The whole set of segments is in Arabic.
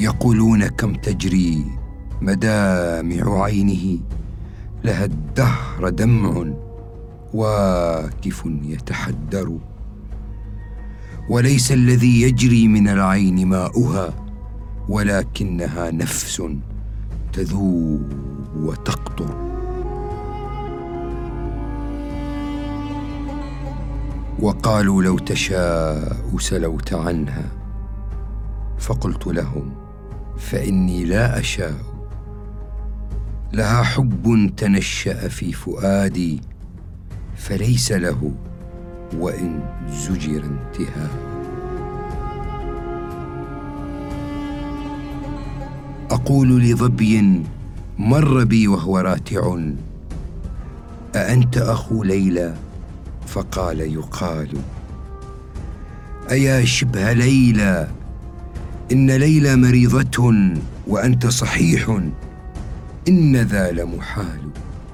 يقولون كم تجري مدامع عينه، لها الدهر دمع واكف يتحدر. وليس الذي يجري من العين ماؤها، ولكنها نفس تذوب وتقطر. وقالوا لو تشاء سلوت عنها، فقلت لهم فإني لا أشاء. لها حب تنشأ في فؤادي، فليس له وإن زجر انتهاء. أقول لظبي مر بي وهو راتع: أأنت أخو ليلى؟ فقال يقال: أيا شبه ليلى، إن ليلى مريضة وأنت صحيح، إن ذا لمحال.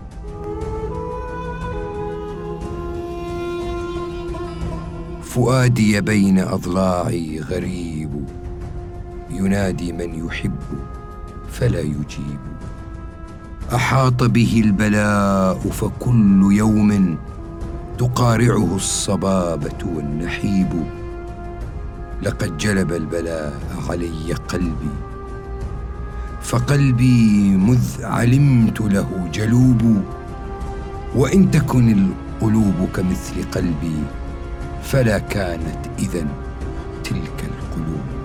فؤادي بين أضلاعي غريب، ينادي من يحب فلا يجيب. أحاط به البلاء فكل يوم تقارعه الصبابة والنحيب. لقد جلب البلاء علي قلبي، فقلبي مذ علمت له جلوب. وإن تكن القلوب كمثل قلبي، فلا كانت إذن تلك القلوب.